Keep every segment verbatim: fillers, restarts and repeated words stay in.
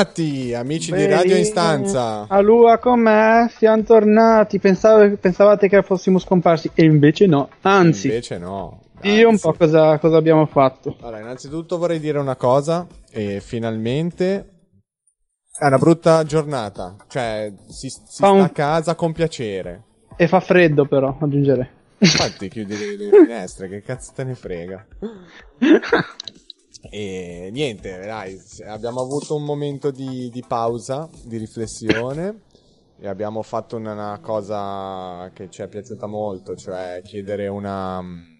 Bentornati, amici Bene. di Radio Instanza. Allora, com'è? Siamo tornati. Pensavo, pensavate che fossimo scomparsi, e invece no. Anzi, Invece no. io un Anzi. po' cosa, cosa abbiamo fatto. Allora, innanzitutto vorrei dire una cosa, e finalmente è una brutta giornata, cioè si, si sta un- a casa con piacere. E fa freddo, però, aggiungerei. Infatti chiudi le, le finestre, che cazzo te ne frega. E niente, dai, abbiamo avuto un momento di, di pausa, di riflessione, e abbiamo fatto una, una cosa che ci è piaciuta molto, cioè chiedere una,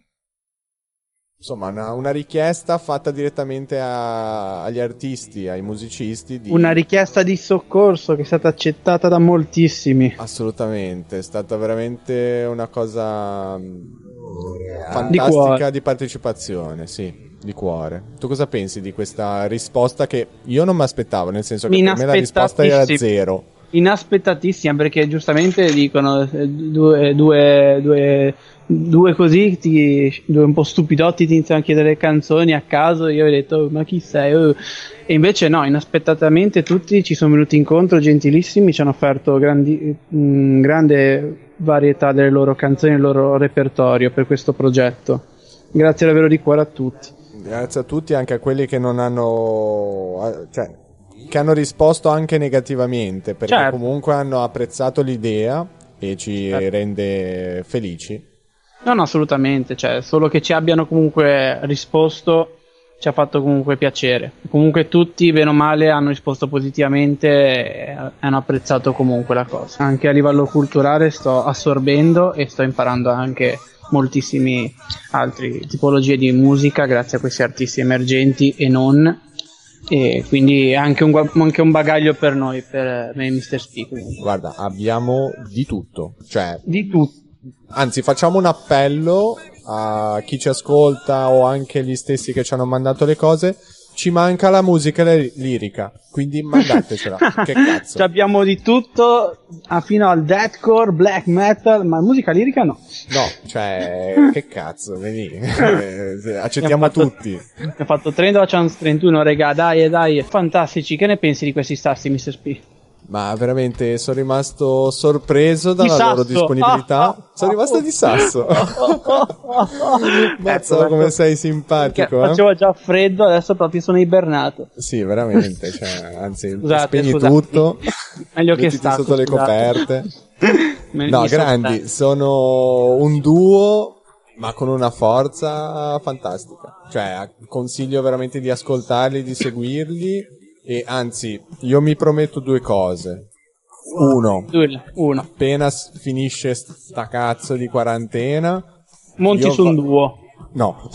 insomma, una, una richiesta fatta direttamente a- agli artisti, ai musicisti. Di... Una richiesta di soccorso che è stata accettata da moltissimi. Assolutamente, è stata veramente una cosa mh, Di fantastica cuore. di partecipazione, sì, di cuore. Tu cosa pensi di questa risposta che io non mi aspettavo, nel senso che per me la risposta era zero. Inaspettatissima, perché giustamente dicono eh, due, due, due, due così, ti, due un po' stupidotti ti iniziano a chiedere canzoni a caso. Io ho detto, "Oh, ma chi sei?" Oh. E invece no, inaspettatamente tutti ci sono venuti incontro, gentilissimi, ci hanno offerto grandi, mh, grande varietà delle loro canzoni, del loro repertorio per questo progetto. Grazie davvero di cuore a tutti. Grazie a tutti, anche a quelli che non hanno, cioè, che hanno risposto anche negativamente, perché Certo. comunque hanno apprezzato l'idea e ci Certo. rende felici. No, no, assolutamente, cioè, solo che ci abbiano comunque risposto ci ha fatto comunque piacere. Comunque tutti, bene o male, hanno risposto positivamente e hanno apprezzato comunque la cosa. Anche a livello culturale sto assorbendo e sto imparando anche moltissimi altri tipologie di musica grazie a questi artisti emergenti e non, e quindi è anche un, gua- anche un bagaglio per noi, per me e mister Sp. quindi. Guarda, abbiamo di tutto, cioè, Di tutto. anzi, facciamo un appello a chi ci ascolta o anche gli stessi che ci hanno mandato le cose. Ci manca la musica li- lirica, quindi mandatecela. Che cazzo? Cioè, abbiamo di tutto, ah, fino al deathcore, black metal, ma musica lirica no. No, cioè, che cazzo, vedi, eh, accettiamo Abbiamo fatto- tutti. Abbiamo fatto trenta Chance trentuno, regà, dai, dai, fantastici. Che ne pensi di questi stassi, mister Sp? Ma veramente sono rimasto sorpreso dalla Di loro sasso. disponibilità. Ah, ah, sono rimasto ah, di sasso. Mazza, Ecco, come ecco. sei simpatico, Perché eh? Faceva già freddo, adesso proprio sono ibernato. Sì, veramente, cioè, anzi, Scusate, spegni scusate. tutto, Meglio che mettiti stacco, sotto le scusate. coperte. Me- No, mi sono grandi, stanco. sono un duo, ma con una forza fantastica. Cioè, consiglio veramente di ascoltarli, di seguirli. E anzi, io mi prometto due cose. Uno, Due, uno. appena s- finisce sta cazzo di quarantena, Monti io su un va- duo. no.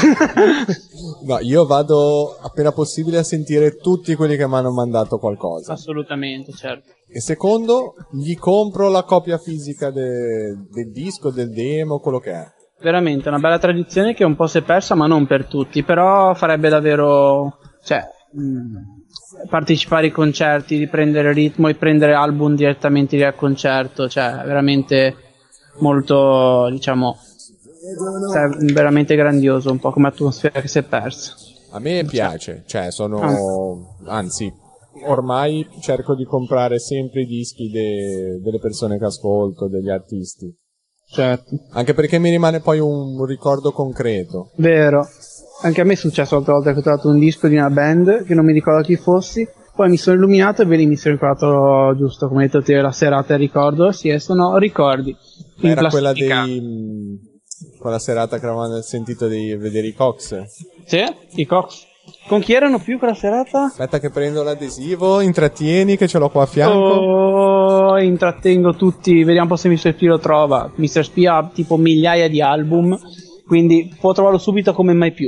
No, io vado appena possibile a sentire tutti quelli che mi hanno mandato qualcosa. Assolutamente, certo. E secondo, gli compro la copia fisica de- del disco, del demo, quello che è. Veramente una bella tradizione che un po' si è persa, ma non per tutti. Però farebbe davvero, cioè, mh, partecipare ai concerti, riprendere il ritmo e prendere album direttamente lì al concerto. Cioè, veramente molto, diciamo, cioè, veramente grandioso, un po' come atmosfera che si è persa. A me piace, cioè sono, anzi, ormai cerco di comprare sempre i dischi de- delle persone che ascolto, degli artisti. Certo. Anche perché mi rimane poi un ricordo concreto. Vero. Anche a me è successo l'altra volta che ho trovato un disco di una band che non mi ricordo chi fossi, poi mi sono illuminato e vedi, mi sono ricordato giusto come hai detto te la serata, ricordo, sì, e sono ricordi in Era quella plastica. dei mh, quella serata che avevamo sentito di vedere i Cox. Sì, i Cox. Con chi erano più quella serata? Aspetta che prendo l'adesivo, intrattieni che ce l'ho qua a fianco. Oh, intrattengo tutti, vediamo un po' se mister Sp lo trova. mister Sp ha tipo migliaia di album, quindi può trovarlo subito come mai più.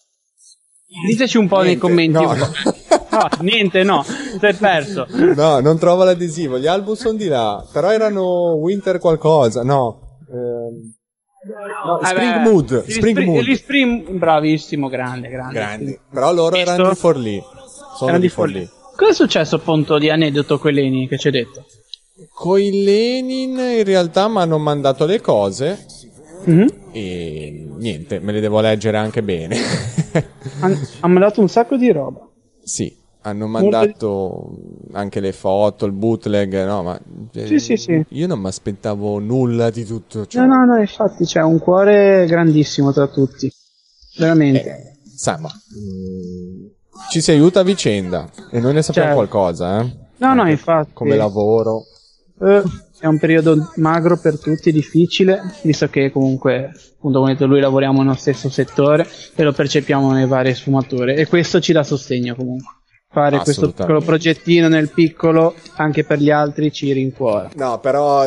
Diteci un po' nei Niente, commenti. no, un po'. no. No, niente, no, sei perso. No, non trovo l'adesivo, gli album sono di là, però erano Winter qualcosa, no. Ehm, no, Eh Spring beh, Mood, gli Spring spri- Mood. gli spring- bravissimo, grande, grande. Grandi, però loro Visto? erano di Forlì. Sono Erano di di Forlì. Forlì. Cosa è successo appunto di aneddoto con Leni che ci hai detto? Coi Lenin in realtà mi hanno mandato le cose Mhm. e niente, me le devo leggere anche bene. Han- hanno dato un sacco di roba. Sì, hanno mandato anche le foto, il bootleg, no, ma sì, eh, sì, sì. Io non mi aspettavo nulla di tutto ciò. No, no, no, infatti c'è un cuore grandissimo tra tutti, veramente. Eh, insomma, mh, ci si aiuta a vicenda e noi ne sappiamo certo. qualcosa, eh? No, anche no, infatti. Come lavoro. Eh, è un periodo magro per tutti, difficile, visto che comunque, appunto come detto lui, lavoriamo nello stesso settore e lo percepiamo nelle varie sfumature e questo ci dà sostegno comunque. Fare questo piccolo progettino nel piccolo anche per gli altri ci rincuora. No, però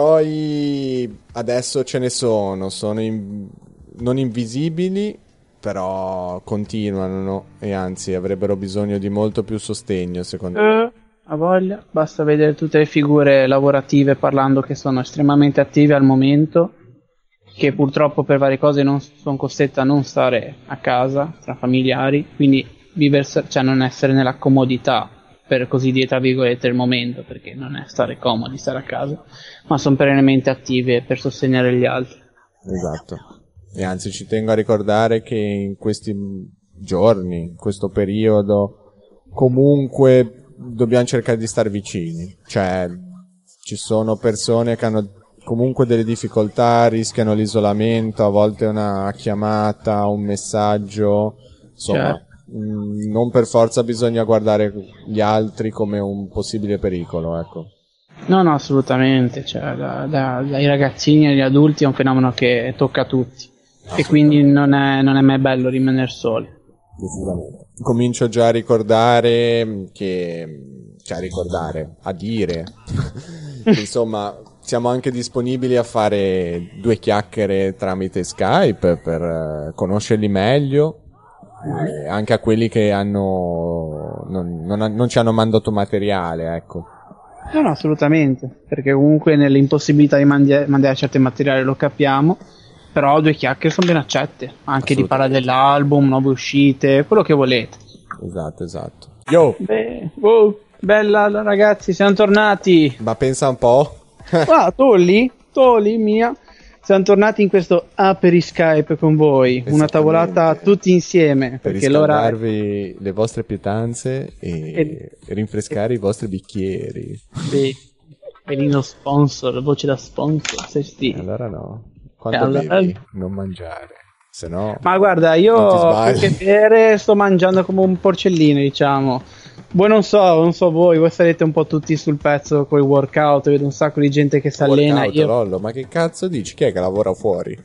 eroi adesso ce ne sono, sono in... non invisibili, però continuano, no? E anzi avrebbero bisogno di molto più sostegno, secondo eh, me. A voglia, basta vedere tutte le figure lavorative parlando che sono estremamente attive al momento, che purtroppo per varie cose non sono costrette a non stare a casa tra familiari, quindi vivere, cioè non essere nella comodità, per così dire tra virgolette, il momento, perché non è stare comodi stare a casa, ma sono perennemente attive per sostenere gli altri. Esatto. E anzi ci tengo a ricordare che in questi giorni, in questo periodo, comunque dobbiamo cercare di stare vicini, cioè ci sono persone che hanno comunque delle difficoltà, rischiano l'isolamento, a volte una chiamata, un messaggio, insomma, certo. mh, non per forza bisogna guardare gli altri come un possibile pericolo, ecco. No, no, assolutamente, cioè, da, da, dai ragazzini agli adulti è un fenomeno che tocca a tutti e quindi non è, non è mai bello rimanere soli. Comincio già a ricordare che, cioè a ricordare, a dire, insomma, siamo anche disponibili a fare due chiacchiere tramite Skype per uh, conoscerli meglio, eh, anche a quelli che hanno non, non, non ci hanno mandato materiale, ecco. No, no, assolutamente, perché comunque nell'impossibilità di mandi- mandare certi materiali lo capiamo. Però due chiacchiere sono ben accette, anche di parlare dell'album, nuove uscite, quello che volete. Esatto, esatto. Yo! Beh, oh, bella ragazzi, siamo tornati. Ma pensa un po'. Ah, Tolli, Tolli mia. Siamo tornati in questo Aperi Skype con voi, una tavolata tutti insieme. Per perché riscaldarvi l'ora... le vostre pietanze e, e... rinfrescare e... i vostri bicchieri. Sì, Pelino sponsor, voce da sponsor, se sti. Allora no. Quando allora... bevi, non mangiare, se no. Ma guarda, io più che bere sto mangiando come un porcellino, diciamo. Voi non so, non so voi, voi sarete un po' tutti sul pezzo con i workout, vedo un sacco di gente che si allena. Workout, io... Lollo, ma che cazzo dici? Chi è che lavora fuori?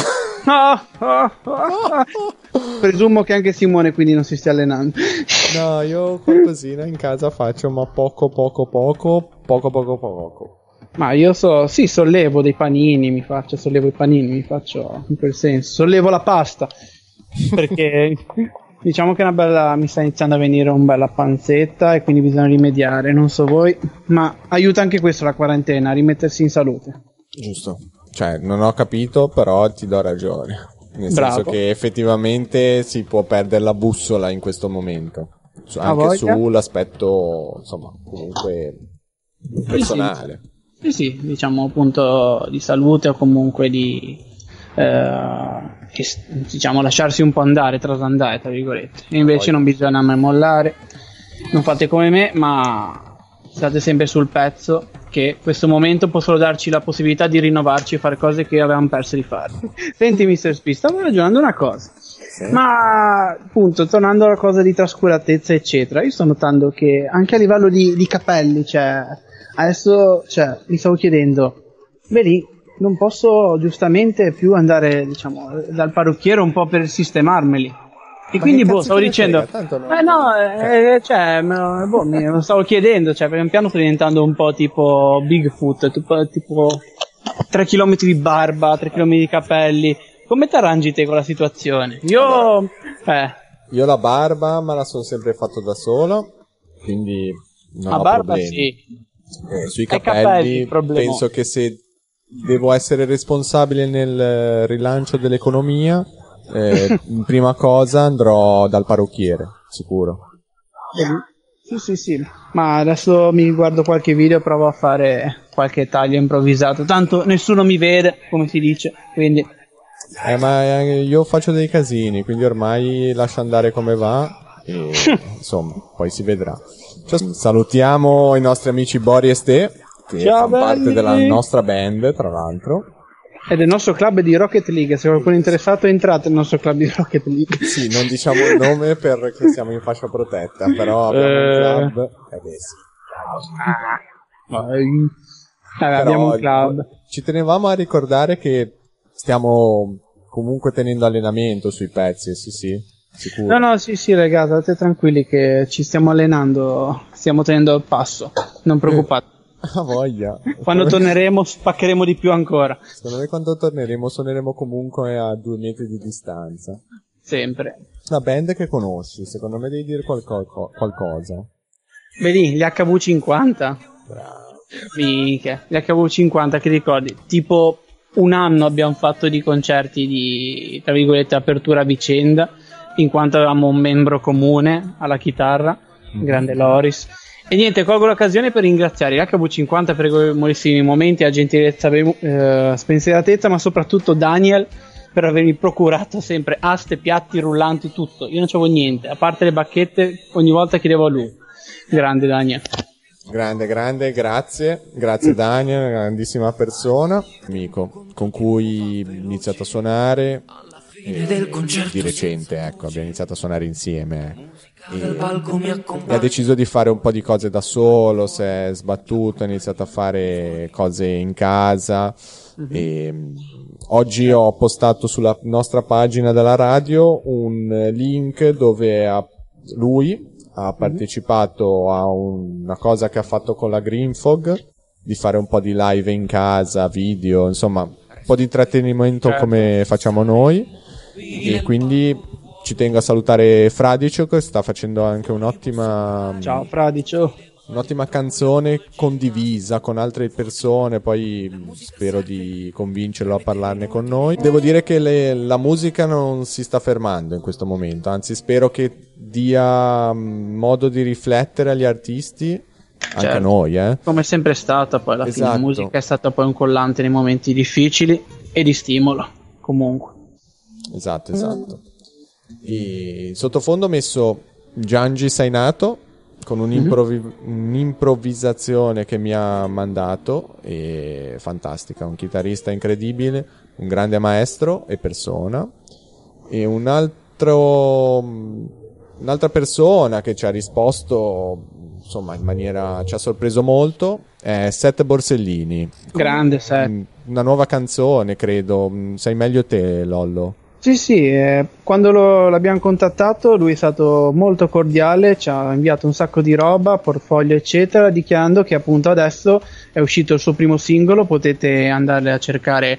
Ah, ah, ah. Presumo che anche Simone quindi non si stia allenando. No, io qualcosina in casa faccio, ma poco poco poco, poco poco poco. Ma io so, sì, sollevo dei panini, mi faccio, sollevo i panini, mi faccio in quel senso, sollevo la pasta, perché diciamo che è una bella, mi sta iniziando a venire una bella panzetta e quindi bisogna rimediare, non so voi, ma aiuta anche questo la quarantena, a rimettersi in salute. Giusto, cioè non ho capito, però ti do ragione, nel Bravo. senso che effettivamente si può perdere la bussola in questo momento, anche sull'aspetto, insomma, comunque personale. Sì, sì. Sì, sì, diciamo appunto di salute o comunque di eh, che, diciamo lasciarsi un po' andare, trasandare tra virgolette. E invece non bisogna mai mollare, non fate come me, ma state sempre sul pezzo, che questo momento può solo darci la possibilità di rinnovarci e fare cose che avevamo perso di fare. Senti mister Spi, stavo ragionando una cosa. Sì. Ma appunto tornando alla cosa di trascuratezza eccetera, io sto notando che anche a livello di, di capelli, cioè adesso, cioè, mi stavo chiedendo, vedi, non posso giustamente più andare, diciamo, dal parrucchiere un po' per sistemarmeli. E ma quindi, boh, stavo dicendo, no. eh no, eh, cioè, me, boh, mi lo stavo chiedendo, cioè, pian piano sto diventando un po' tipo Bigfoot, tipo, tipo tre chilometri di barba, tre chilometri di capelli. Come ti arrangi te con la situazione? Io, eh. Io la barba me la sono sempre fatto da solo, quindi non la ho barba problemi. Sì. Eh, sui capelli, capelli penso che se devo essere responsabile nel rilancio dell'economia, eh, prima cosa andrò dal parrucchiere, sicuro. Sì, sì, sì. Ma adesso mi guardo qualche video e provo a fare qualche taglio improvvisato. Tanto nessuno mi vede, come si dice, quindi... Eh, ma io faccio dei casini, quindi ormai lascio andare come va. e insomma poi si vedrà. Salutiamo i nostri amici Bori e Ste, che Ciao, fanno parte belli. della nostra band, tra l'altro. È del nostro club di Rocket League, se qualcuno è interessato entrate nel nostro club di Rocket League. Sì, non diciamo il nome perché siamo in fascia protetta, però abbiamo Eh. un club. Eh beh, sì. Vai. Vabbè, Però abbiamo un club. ci tenevamo a ricordare che stiamo comunque tenendo allenamento sui pezzi, sì sì, sicuro. No, no, sì, sì, ragazzi, state tranquilli che ci stiamo allenando, stiamo tenendo il passo, non preoccupate. Ha voglia. Quando torneremo spaccheremo di più ancora. Secondo me quando torneremo suoneremo comunque a due metri di distanza. Sempre. Una band che conosci, secondo me devi dire qualco- qualcosa. Vedi, gli acca vu cinquanta? Bravo. Minchia, gli acca vu cinquanta che ricordi? Tipo un anno abbiamo fatto di concerti di, tra virgolette, apertura a vicenda, in quanto avevamo un membro comune alla chitarra, il grande Loris. E niente, colgo l'occasione per ringraziare l'H V cinquanta per quei molissimi momenti, la gentilezza, eh, spensieratezza, ma soprattutto Daniel per avermi procurato sempre aste, piatti, rullanti, tutto. Io non c'avevo niente, a parte le bacchette, ogni volta chiedevo a lui. Grande Daniel. Grande, grande, grazie. Grazie Daniel, grandissima persona, amico, con cui ho iniziato a suonare e, di recente, ecco, abbiamo iniziato a suonare insieme. E, e ha deciso di fare un po' di cose da solo, si è sbattuto, ha iniziato a fare cose in casa. Mm-hmm. E oggi ho postato sulla nostra pagina della radio un link dove ha, lui ha partecipato a una cosa che ha fatto con la Green Fog, di fare un po' di live in casa, video, insomma un po' di intrattenimento come facciamo noi. E quindi ci tengo a salutare Fradicio, che sta facendo anche un'ottima Ciao Fradicio. Un'ottima canzone condivisa con altre persone, poi spero di convincerlo a parlarne con noi. Devo dire che le, la musica non si sta fermando in questo momento, anzi spero che dia modo di riflettere agli artisti, anche certo. a noi. Eh. Come è sempre stata, poi alla esatto. fine la musica è stata poi un collante nei momenti difficili e di stimolo, comunque. Esatto, esatto. E sottofondo ho messo Giangi Sei Nato con un'improvi- mm-hmm. un'improvvisazione che mi ha mandato, e fantastica, un chitarrista incredibile, un grande maestro e persona, e un altro un'altra persona che ci ha risposto insomma in maniera, ci ha sorpreso molto, è Sette Borsellini. Grande Sette. Una nuova canzone, credo. Sai meglio te, Lollo. Sì, sì, eh, quando lo, l'abbiamo contattato lui è stato molto cordiale, ci ha inviato un sacco di roba, portfolio eccetera, dichiarando che appunto adesso è uscito il suo primo singolo, potete andare a cercare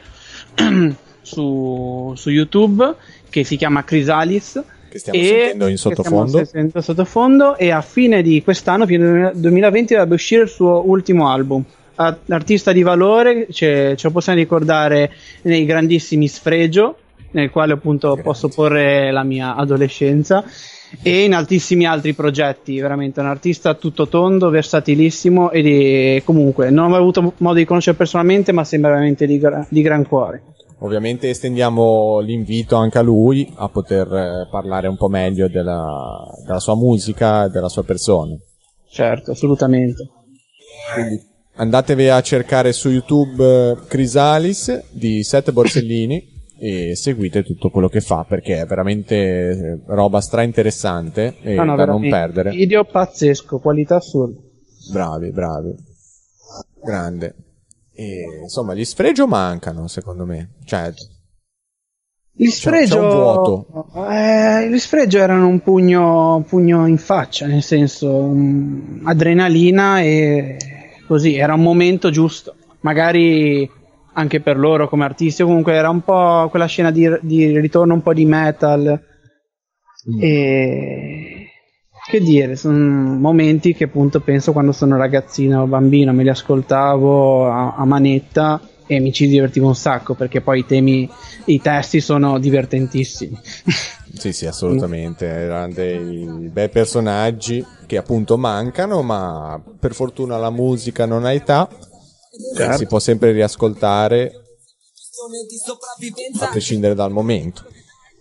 su, su YouTube, che si chiama Chrysalis, che stiamo e sentendo in sottofondo. Che stiamo sottofondo, e a fine di quest'anno, fine duemilaventi, dovrebbe uscire il suo ultimo album. Artista di valore, ce, ce lo possiamo ricordare nei grandissimi Sfregio, nel quale appunto Grazie. posso porre la mia adolescenza, e in altissimi altri progetti. Veramente un artista tutto tondo, versatilissimo, e di, comunque non ho mai avuto modo di conoscere personalmente, ma sembra veramente di, gra- di gran cuore. Ovviamente estendiamo l'invito anche a lui a poter eh, parlare un po' meglio della, della sua musica e della sua persona. Certo, assolutamente. Quindi andatevi a cercare su YouTube eh, Chrysalis di Sette Borsellini e seguite tutto quello che fa, perché è veramente roba stra interessante e no, no, da non perdere. Video pazzesco, qualità assurda. Bravi, bravi. Grande. E insomma gli Sfregio mancano, secondo me. Cioè gli Sfregio, c'è un vuoto. Eh, gli Sfregio erano un pugno, un pugno in faccia, nel senso um, adrenalina, e così era un momento giusto. Magari anche per loro come artisti, comunque era un po' quella scena di, di ritorno un po' di metal, mm. e che dire, sono momenti che appunto penso quando sono ragazzino o bambino me li ascoltavo a, a manetta e mi ci divertivo un sacco, perché poi i temi, i testi sono divertentissimi. Sì, sì, assolutamente, erano dei bei personaggi che appunto mancano, ma per fortuna la musica non ha età. Certo. Si può sempre riascoltare a prescindere dal momento.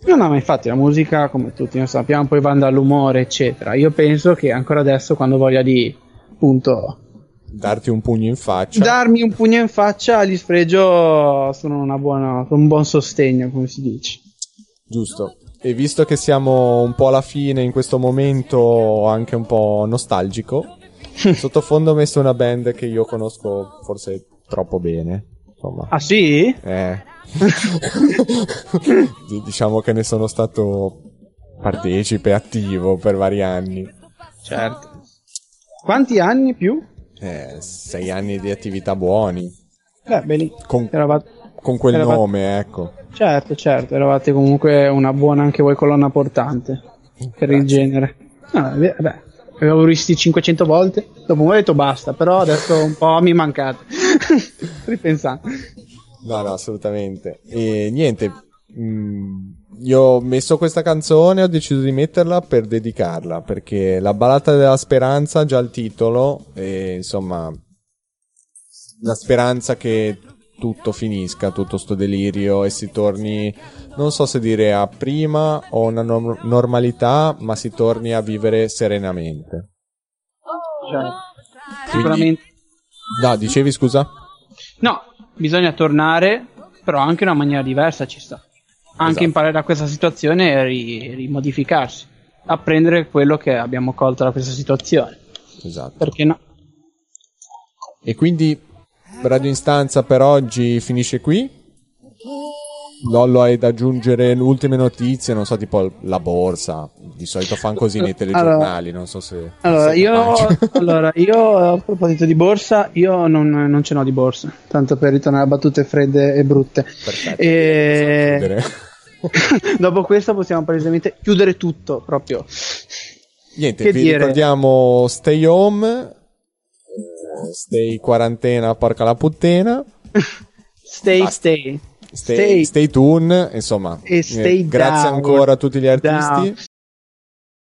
No, no, ma infatti la musica, come tutti ne sappiamo, poi va dall'umore, eccetera. Io penso che ancora adesso, quando voglia di, appunto, darti un pugno in faccia, darmi un pugno in faccia, gli sfregio sono una buona, un buon sostegno, come si dice. Giusto. E visto che siamo un po' alla fine in questo momento anche un po' nostalgico, sottofondo ho messo una band che io conosco forse troppo bene. Insomma. Ah sì? Eh. Diciamo che ne sono stato partecipe attivo per vari anni. Certo. Quanti anni più? Eh, sei anni di attività buoni. Beh, bene. Con, eravate, con quel eravate, nome, ecco. Certo, certo, eravate comunque una buona anche voi colonna portante per Grazie. il genere. No, vabbè, avevo visti cinquecento volte, dopo un po' ho detto basta, però adesso un po' mi mancate. Ripensando. No, no, assolutamente. E niente, mh, io ho messo questa canzone, ho deciso di metterla per dedicarla, perché La ballata della speranza, già il titolo, e insomma, la speranza che tutto finisca, tutto sto delirio e si torni, non so se dire a prima o una no- normalità, ma si torni a vivere serenamente. Cioè, Quindi, sicuramente. no, dicevi scusa? No, bisogna tornare, però anche in una maniera diversa ci sta. Anche Esatto. imparare da questa situazione e ri- rimodificarsi, apprendere quello che abbiamo colto da questa situazione. Esatto. Perché no? E quindi Radio Instanza per oggi finisce qui. Lollo, hai da aggiungere ultime notizie, non so, tipo la borsa. Di solito fanno così nei telegiornali, non so se... Allora, sei io, capace. allora, io a proposito di borsa, io non, non ce n'ho di borsa, tanto per ritornare a battute fredde e brutte. Perfetto. E... dopo questo possiamo palesemente chiudere tutto, proprio. Niente, Che vi dire? ricordiamo stay home, eh, stay quarantena, porca la puttana. Stay, Basta. stay. Stay, stay tuned, insomma, E stay eh, grazie down, ancora a tutti gli artisti. down.